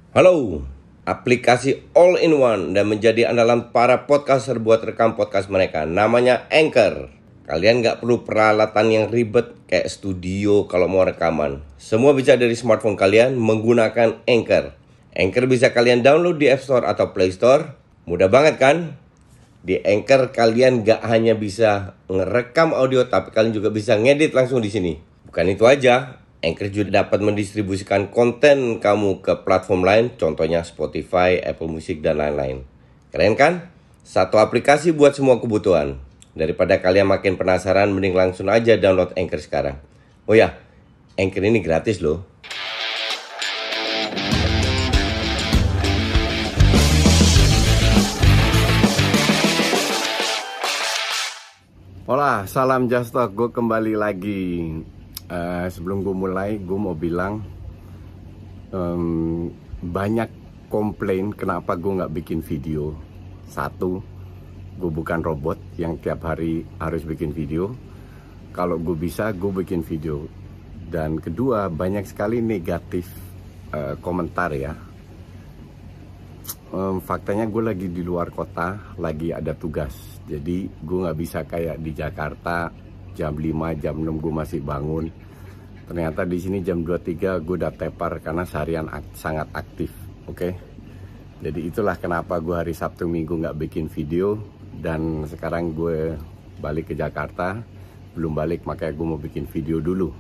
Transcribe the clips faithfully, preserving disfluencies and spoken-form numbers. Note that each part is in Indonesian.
Halo, aplikasi all-in-one dan menjadi andalan para podcaster buat rekam podcast mereka. Namanya Anchor. Kalian nggak perlu peralatan yang ribet kayak studio kalau mau rekaman. Semua bisa dari smartphone kalian menggunakan Anchor. Anchor bisa kalian download di App Store atau Play Store. Mudah banget kan? Di Anchor kalian nggak hanya bisa ngerekam audio, tapi kalian juga bisa ngedit langsung di sini. Bukan itu aja. Anchor juga dapat mendistribusikan konten kamu ke platform lain, contohnya Spotify, Apple Music, dan lain-lain. Keren kan? Satu aplikasi buat semua kebutuhan. Daripada kalian makin penasaran, mending langsung aja download Anchor sekarang. Oh ya, Anchor ini gratis loh. Hola, salam Just Talk. Gue kembali lagi. Uh, sebelum gue mulai, gue mau bilang um, banyak komplain kenapa gue nggak bikin video. Satu, gue bukan robot yang tiap hari harus bikin video. Kalau gue bisa, gue bikin video. Dan kedua, banyak sekali negatif uh, komentar ya. Um, faktanya gue lagi di luar kota, lagi ada tugas. Jadi gue nggak bisa kayak di Jakarta jam lima, jam enam gue masih bangun. Ternyata di sini jam dua tiga gue udah tepar karena seharian ak sangat aktif. Oke, okay? Jadi itulah kenapa gue hari Sabtu Minggu nggak bikin video. Dan sekarang gue balik ke Jakarta. Belum balik, makanya gue mau bikin video dulu.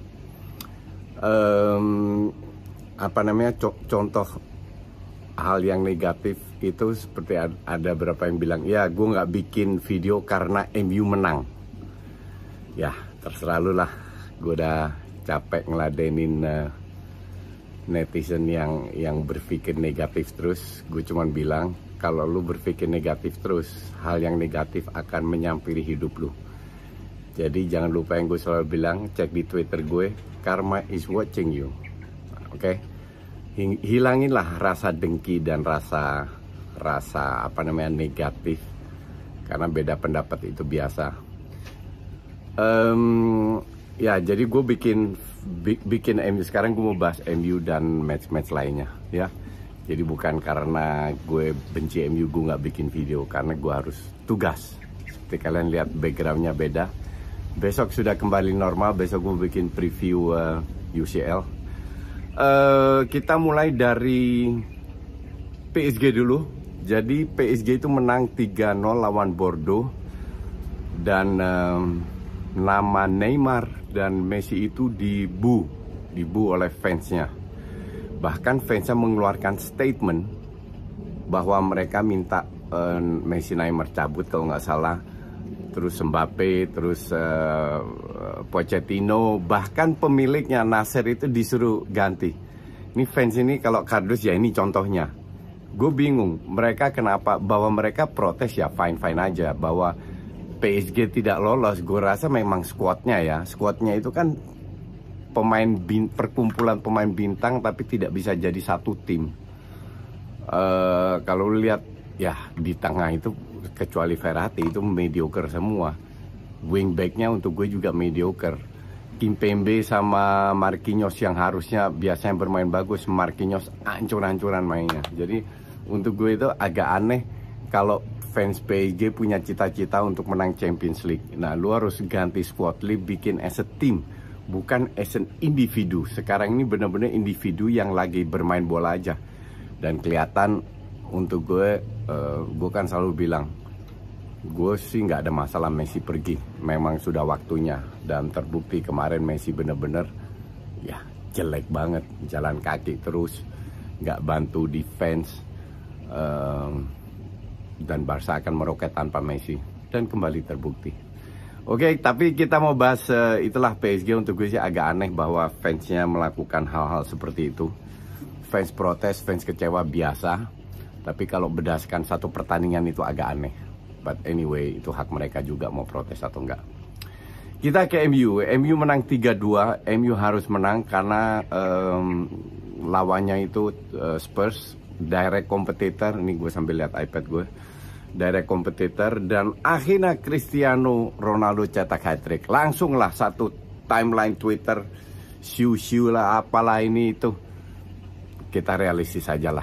um, Apa namanya, co contoh hal yang negatif itu seperti ada beberapa yang bilang, ya gue nggak bikin video karena M U menang. Ya terserah lu lah, gue udah capek ngeladenin uh, netizen yang yang berpikir negatif terus. Gue cuman bilang, kalau lu berpikir negatif terus, hal yang negatif akan menyampiri hidup lu. Jadi jangan lupa yang gue selalu bilang, cek di Twitter gue, karma is watching you. Oke, okay? Hilanginlah rasa dengki dan rasa rasa apa namanya negatif, karena beda pendapat itu biasa. Um, ya jadi gue bikin bikin M U sekarang, gue mau bahas M U dan match-match lainnya ya. Jadi bukan karena gue benci M U gue nggak bikin video, karena gue harus tugas. Seperti kalian lihat backgroundnya beda. Besok sudah kembali normal, besok gue bikin preview uh, U C L. Uh, kita mulai dari P S G dulu. Jadi P S G itu menang tiga nol lawan Bordeaux. Dan um, nama Neymar dan Messi itu dibu dibu oleh fansnya. Bahkan fansnya mengeluarkan statement bahwa mereka minta uh, Messi, Neymar cabut kalau nggak salah. Terus Mbappe, terus uh, Pochettino, bahkan pemiliknya Nasser itu disuruh ganti. Ini fans ini kalau kardus ya, ini contohnya. Gue bingung mereka kenapa, bahwa mereka protes ya fine-fine aja. Bahwa P S G tidak lolos, gue rasa memang skuadnya ya. Skuadnya itu kan pemain bin, perkumpulan pemain bintang tapi tidak bisa jadi satu tim. Uh, kalau lihat ya di tengah itu, kecuali Verratti itu mediocre semua. Wingbacknya untuk gue juga mediocre. Kimpembe sama Marquinhos yang harusnya biasanya bermain bagus, Marquinhos hancur-hancuran mainnya. Jadi untuk gue itu agak aneh kalau fans P S G punya cita-cita untuk menang Champions League. Nah, lu harus ganti squad, lu bikin as a team, bukan as an individu. Sekarang ini benar-benar individu yang lagi bermain bola aja. Dan kelihatan untuk gue, uh, gue kan selalu bilang, gue sih nggak ada masalah Messi pergi. Memang sudah waktunya. Dan terbukti kemarin Messi bener-bener ya jelek banget. Jalan kaki terus, nggak bantu defense. Um, dan Barca akan meroket tanpa Messi. Dan kembali terbukti. Oke, tapi kita mau bahas uh, itulah P S G. Untuk gue sih agak aneh bahwa fansnya melakukan hal-hal seperti itu. Fans protes, fans kecewa biasa. Tapi kalau berdasarkan satu pertandingan itu agak aneh. But anyway, itu hak mereka juga mau protes atau enggak. Kita ke M U. M U menang tiga dua. M U harus menang karena um, lawannya itu uh, Spurs, direct competitor. Ini gue sambil lihat iPad gue. Direct competitor. Dan akhirnya Cristiano Ronaldo cetak hat-trick. Langsung lah satu timeline Twitter. Siu-siu lah apalah ini itu. Kita realistis saja lah.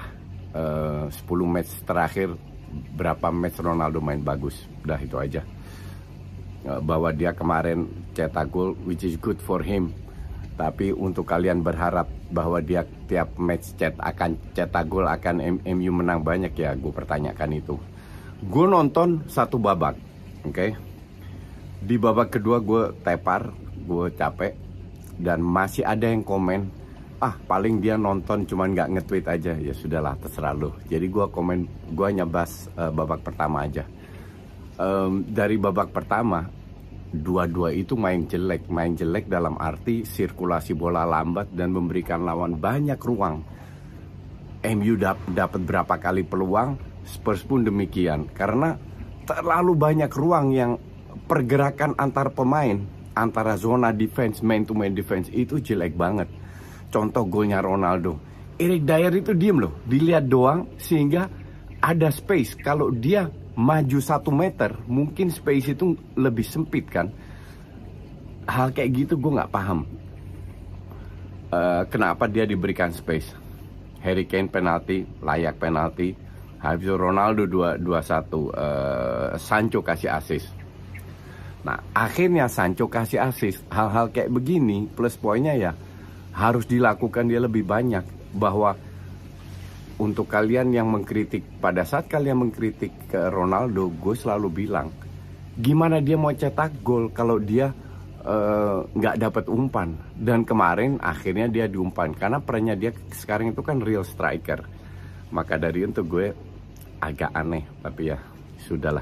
uh, sepuluh match terakhir berapa match Ronaldo main bagus, udah itu aja. Uh, bahwa dia kemarin cetak gol, which is good for him. Tapi untuk kalian berharap bahwa dia tiap match cet akan cetak gol, akan M U menang banyak, ya gue pertanyakan itu. Gue nonton satu babak, oke. Okay? Di babak kedua gue tepar, gue capek, dan masih ada yang komen, ah paling dia nonton cuman nggak nge-tweet aja. Ya sudahlah, terserah lo. Jadi gue komen, gue hanya bahas uh, babak pertama aja. Um, dari babak pertama, dua-dua itu main jelek. Main jelek dalam arti sirkulasi bola lambat dan memberikan lawan banyak ruang. M U dap dapat berapa kali peluang, Spurs pun demikian. Karena terlalu banyak ruang yang pergerakan antar pemain, antara zona defense, man to man defense itu jelek banget. Contoh golnya Ronaldo, Eric Dyer itu diem loh, dilihat doang sehingga ada space. Kalau dia maju satu meter, mungkin space itu lebih sempit kan. Hal kayak gitu gue nggak paham. Uh, kenapa dia diberikan space? Harry Kane penalti, layak penalti. Habis itu Ronaldo dua satu, uh, Sancho kasih assist. Nah akhirnya Sancho kasih assist. Hal-hal kayak begini plus poinnya ya harus dilakukan dia lebih banyak. Bahwa untuk kalian yang mengkritik, pada saat kalian mengkritik ke Ronaldo, gue selalu bilang, gimana dia mau cetak gol kalau dia nggak uh, dapat umpan. Dan kemarin akhirnya dia diumpan karena perannya dia sekarang itu kan real striker. Maka dari itu gue agak aneh, tapi ya sudahlah.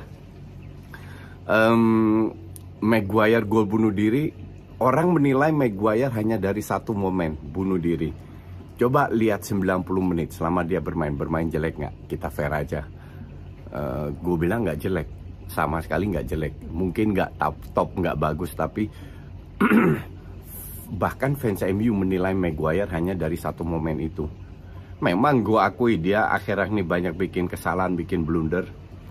um, Maguire gol bunuh diri, orang menilai Maguire hanya dari satu momen bunuh diri. Coba lihat sembilan puluh menit selama dia bermain. Bermain jelek nggak? Kita fair aja. Uh, gue bilang nggak jelek. Sama sekali nggak jelek. Mungkin nggak top, top nggak bagus. Tapi bahkan fans M U menilai Maguire hanya dari satu momen itu. Memang gue akui dia akhir-akhir ini banyak bikin kesalahan, bikin blunder.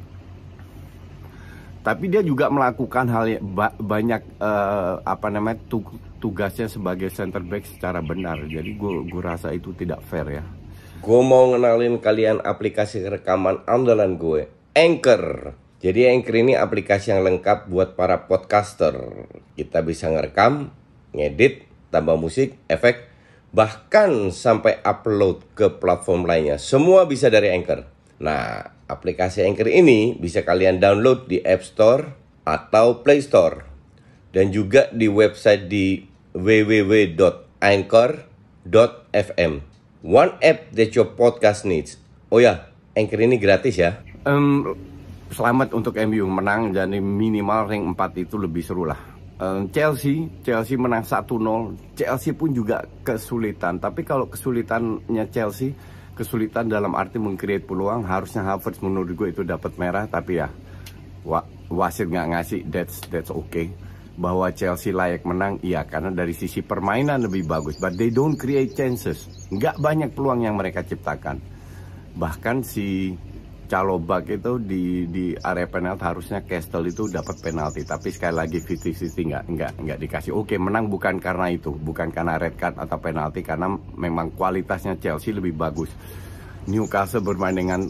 Tapi dia juga melakukan hal yang ba banyak uh, apa namanya tugasnya sebagai center back secara benar. Jadi gue gue rasa itu tidak fair ya. Gue mau ngenalin kalian aplikasi rekaman andalan gue, Anchor. Jadi Anchor ini aplikasi yang lengkap buat para podcaster. Kita bisa ngerekam, ngedit, tambah musik, efek, bahkan sampai upload ke platform lainnya. Semua bisa dari Anchor. Nah, aplikasi Anchor ini bisa kalian download di App Store atau Play Store. Dan juga di website di w w w dot anchor dot f m. One app that your podcast needs. Oh ya, Anchor ini gratis ya. Um, selamat untuk M U menang, jadi minimal rank empat itu lebih seru lah. Um, Chelsea, Chelsea menang satu nol. Chelsea pun juga kesulitan. Tapi kalau kesulitannya Chelsea, kesulitan dalam arti meng-create peluang, harusnya Havertz menurut gue itu dapat merah. Tapi ya wa wasit nggak ngasih, that's that's okay. Bahwa Chelsea layak menang, iya, karena dari sisi permainan lebih bagus. But they don't create chances. Nggak banyak peluang yang mereka ciptakan. Bahkan si Calobak itu di di area penalti harusnya Castle itu dapat penalti. Tapi sekali lagi lima puluh lima puluh nggak nggak nggak dikasih. Oke, menang bukan karena itu, bukan karena red card atau penalti, karena memang kualitasnya Chelsea lebih bagus. Newcastle bermain dengan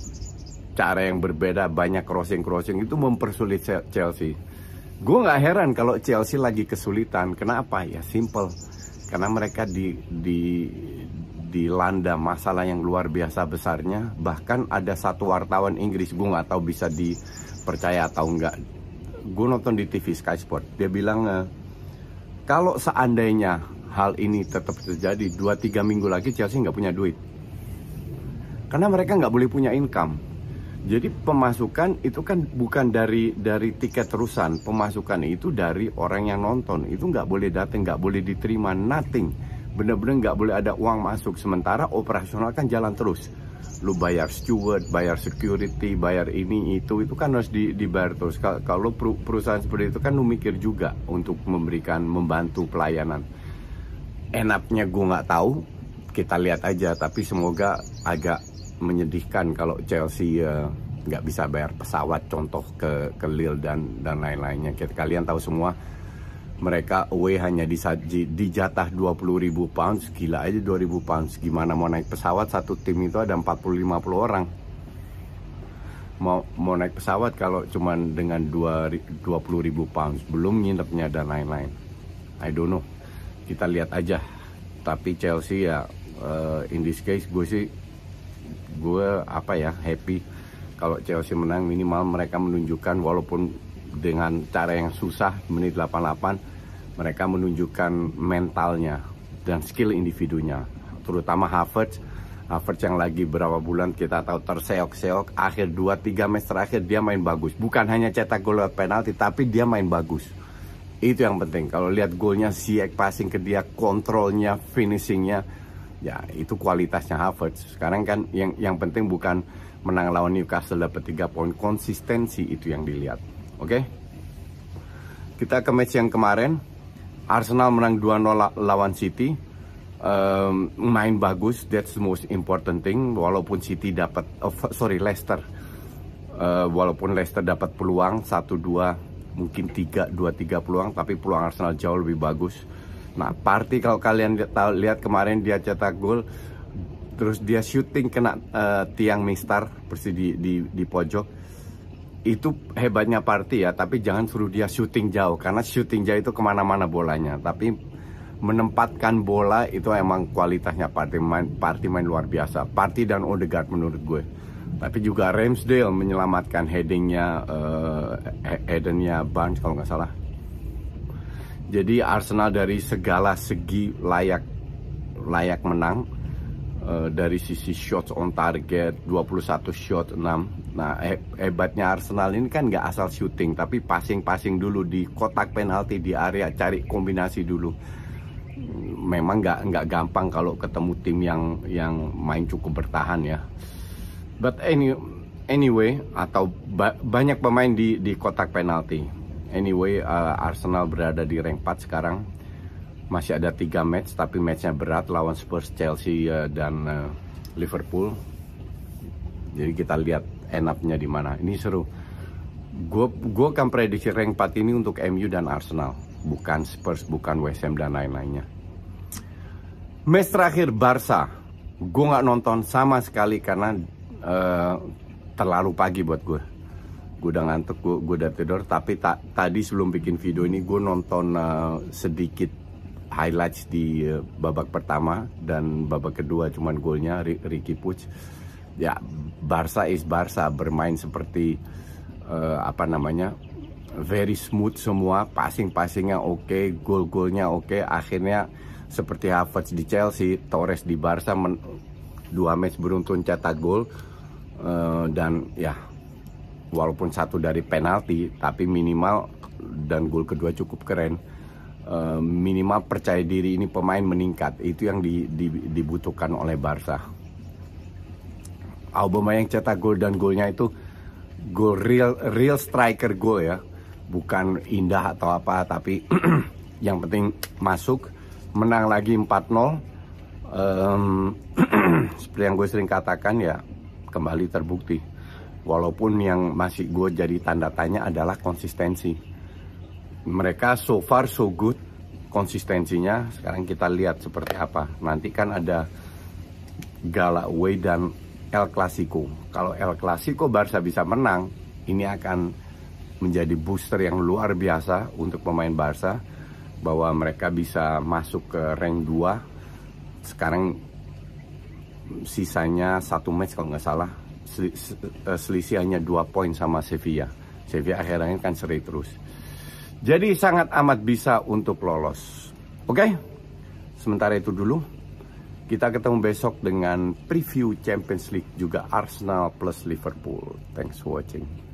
cara yang berbeda, banyak crossing-crossing, itu mempersulit Chelsea. Gue nggak heran kalau Chelsea lagi kesulitan. Kenapa? Ya simple, karena mereka di di dilanda masalah yang luar biasa besarnya. Bahkan ada satu wartawan Inggris, gue nggak tahu bisa dipercaya atau enggak, gue nonton di T V Sky Sport, dia bilang e, kalau seandainya hal ini tetap terjadi, dua tiga minggu lagi Chelsea nggak punya duit, karena mereka nggak boleh punya income. Jadi pemasukan itu kan bukan dari dari tiket terusan, pemasukan itu dari orang yang nonton. Itu nggak boleh datang, nggak boleh diterima, nothing. Bener-bener nggak boleh ada uang masuk. Sementara operasional kan jalan terus. Lu bayar steward, bayar security, bayar ini itu, itu kan harus di, dibayar terus. Kalau perusahaan seperti itu kan lu mikir juga untuk memberikan, membantu pelayanan. Enaknya gue nggak tahu, kita lihat aja. Tapi semoga agak menyedihkan kalau Chelsea nggak uh, bisa bayar pesawat contoh ke ke Lille dan dan lain-lainnya. Kita kalian tahu semua mereka away hanya disaji, dijatah dua puluh ribu pounds. Gila aja dua ribu pounds. Gimana mau naik pesawat, satu tim itu ada empat puluh lima puluh orang. Mau mau naik pesawat kalau cuman dengan dua puluh ribu pounds, belum nginepnya dan lain-lain. I don't know. Kita lihat aja. Tapi Chelsea ya, uh, in this case gue sih, gue apa ya, happy kalau Chelsea menang. Minimal mereka menunjukkan, walaupun dengan cara yang susah, menit delapan puluh delapan mereka menunjukkan mentalnya dan skill individunya, terutama Havertz. Havertz yang lagi berapa bulan kita tahu terseok-seok, akhir dua tiga match terakhir dia main bagus. Bukan hanya cetak gol lewat penalti, tapi dia main bagus. Itu yang penting. Kalau lihat golnya, Ziyech passing ke dia, kontrolnya, finishingnya, ya itu kualitasnya Havertz. Sekarang kan yang yang penting bukan menang lawan Newcastle dapat tiga poin, konsistensi itu yang dilihat. Oke, okay? Kita ke match yang kemarin. Arsenal menang dua nol lawan City. Um, main bagus, that's the most important thing. Walaupun City dapat, oh, sorry Leicester, uh, walaupun Leicester dapat peluang satu dua, mungkin tiga dua tiga peluang, tapi peluang Arsenal jauh lebih bagus. Nah, Partey kalau kalian lihat, lihat kemarin dia cetak gol, terus dia shooting kena uh, tiang mistar persis di, di di pojok. Itu hebatnya Partey ya, tapi jangan suruh dia shooting jauh, karena shooting jauh itu kemana-mana bolanya. Tapi menempatkan bola itu emang kualitasnya Partey main, Partey main luar biasa. Partey dan Odegaard menurut gue. Tapi juga Ramsdale menyelamatkan headingnya, uh, headingnya Barnes kalau nggak salah. Jadi Arsenal dari segala segi layak layak menang. Uh, dari sisi shots on target dua puluh satu shot enam. Nah, he hebatnya Arsenal ini kan nggak asal shooting, tapi passing-passing dulu di kotak penalti, di area, cari kombinasi dulu. Memang nggak nggak gampang kalau ketemu tim yang yang main cukup bertahan ya. But any, anyway, atau ba banyak pemain di di kotak penalti. Anyway, uh, Arsenal berada di rank empat sekarang. Masih ada tiga match, tapi matchnya berat lawan Spurs, Chelsea, uh, dan uh, Liverpool. Jadi kita lihat end-up-nya di mana. Ini seru. Gue gue akan prediksi rank empat ini untuk M U dan Arsenal, bukan Spurs, bukan West Ham dan lain-lainnya. Match terakhir Barca, gue nggak nonton sama sekali karena uh, terlalu pagi buat gue. Gue udah ngantuk, gue, gue udah tidur. Tapi ta tadi sebelum bikin video ini gue nonton uh, sedikit highlights di uh, babak pertama dan babak kedua, cuman golnya Riqui Puig. Ya, Barca is Barca, bermain seperti uh, apa namanya, very smooth semua, passing-passingnya oke, okay, gol-golnya oke. Okay. Akhirnya seperti Havertz di Chelsea, Torres di Barca, men dua match beruntun cetak gol, uh, dan ya walaupun satu dari penalti, tapi minimal, dan gol kedua cukup keren. Uh, minimal percaya diri ini pemain meningkat, itu yang di, di, dibutuhkan oleh Barca. Aubameyang cetak gol dan golnya itu gol real real striker gol ya, bukan indah atau apa, tapi yang penting masuk. Menang lagi empat nol. Um, seperti yang gue sering katakan ya, kembali terbukti. Walaupun yang masih gue jadi tanda tanya adalah konsistensi. Mereka so far so good konsistensinya. Sekarang kita lihat seperti apa. Nanti kan ada Gala away dan El Clasico. Kalau El Clasico Barca bisa menang, ini akan menjadi booster yang luar biasa untuk pemain Barca, bahwa mereka bisa masuk ke rank dua. Sekarang sisanya satu match kalau nggak salah, selisih hanya dua poin sama Sevilla. Sevilla akhirnya kan seri terus. Jadi sangat amat bisa untuk lolos. Oke, okay? Sementara itu dulu. Kita ketemu besok dengan preview Champions League, juga Arsenal plus Liverpool. Thanks for watching.